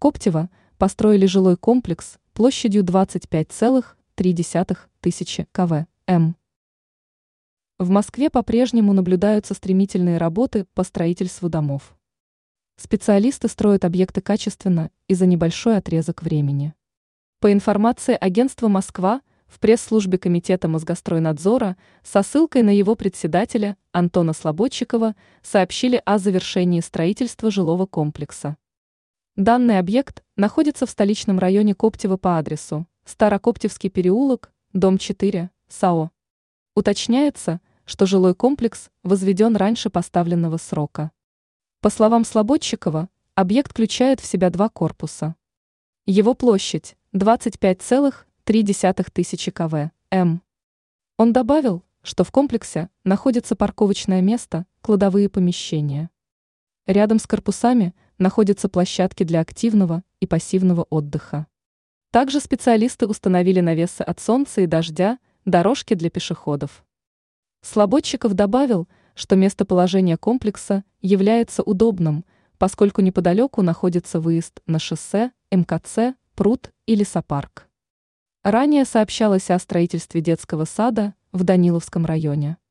Коптево построили жилой комплекс площадью 25,3 тысячи кв.м. В Москве по-прежнему наблюдаются стремительные работы по строительству домов. Специалисты строят объекты качественно и за небольшой отрезок времени. По информации агентства «Москва», в пресс-службе Комитета Мосгостройнадзора со ссылкой на его председателя Антона Слободчикова сообщили о завершении строительства жилого комплекса. Данный объект находится в столичном районе Коптева по адресу Старокоптевский переулок, дом 4, САО. Уточняется, что жилой комплекс возведен раньше поставленного срока. По словам Слободчикова, объект включает в себя два корпуса. Его площадь – 25,3 тысячи кв.м. Он добавил, что в комплексе находится парковочное место, кладовые помещения. Рядом с корпусами находятся площадки для активного и пассивного отдыха. Также специалисты установили навесы от солнца и дождя, дорожки для пешеходов. Слободчиков добавил, что местоположение комплекса является удобным, поскольку неподалеку находится выезд на шоссе, МКЦ, пруд и лесопарк. Ранее сообщалось о строительстве детского сада в Даниловском районе.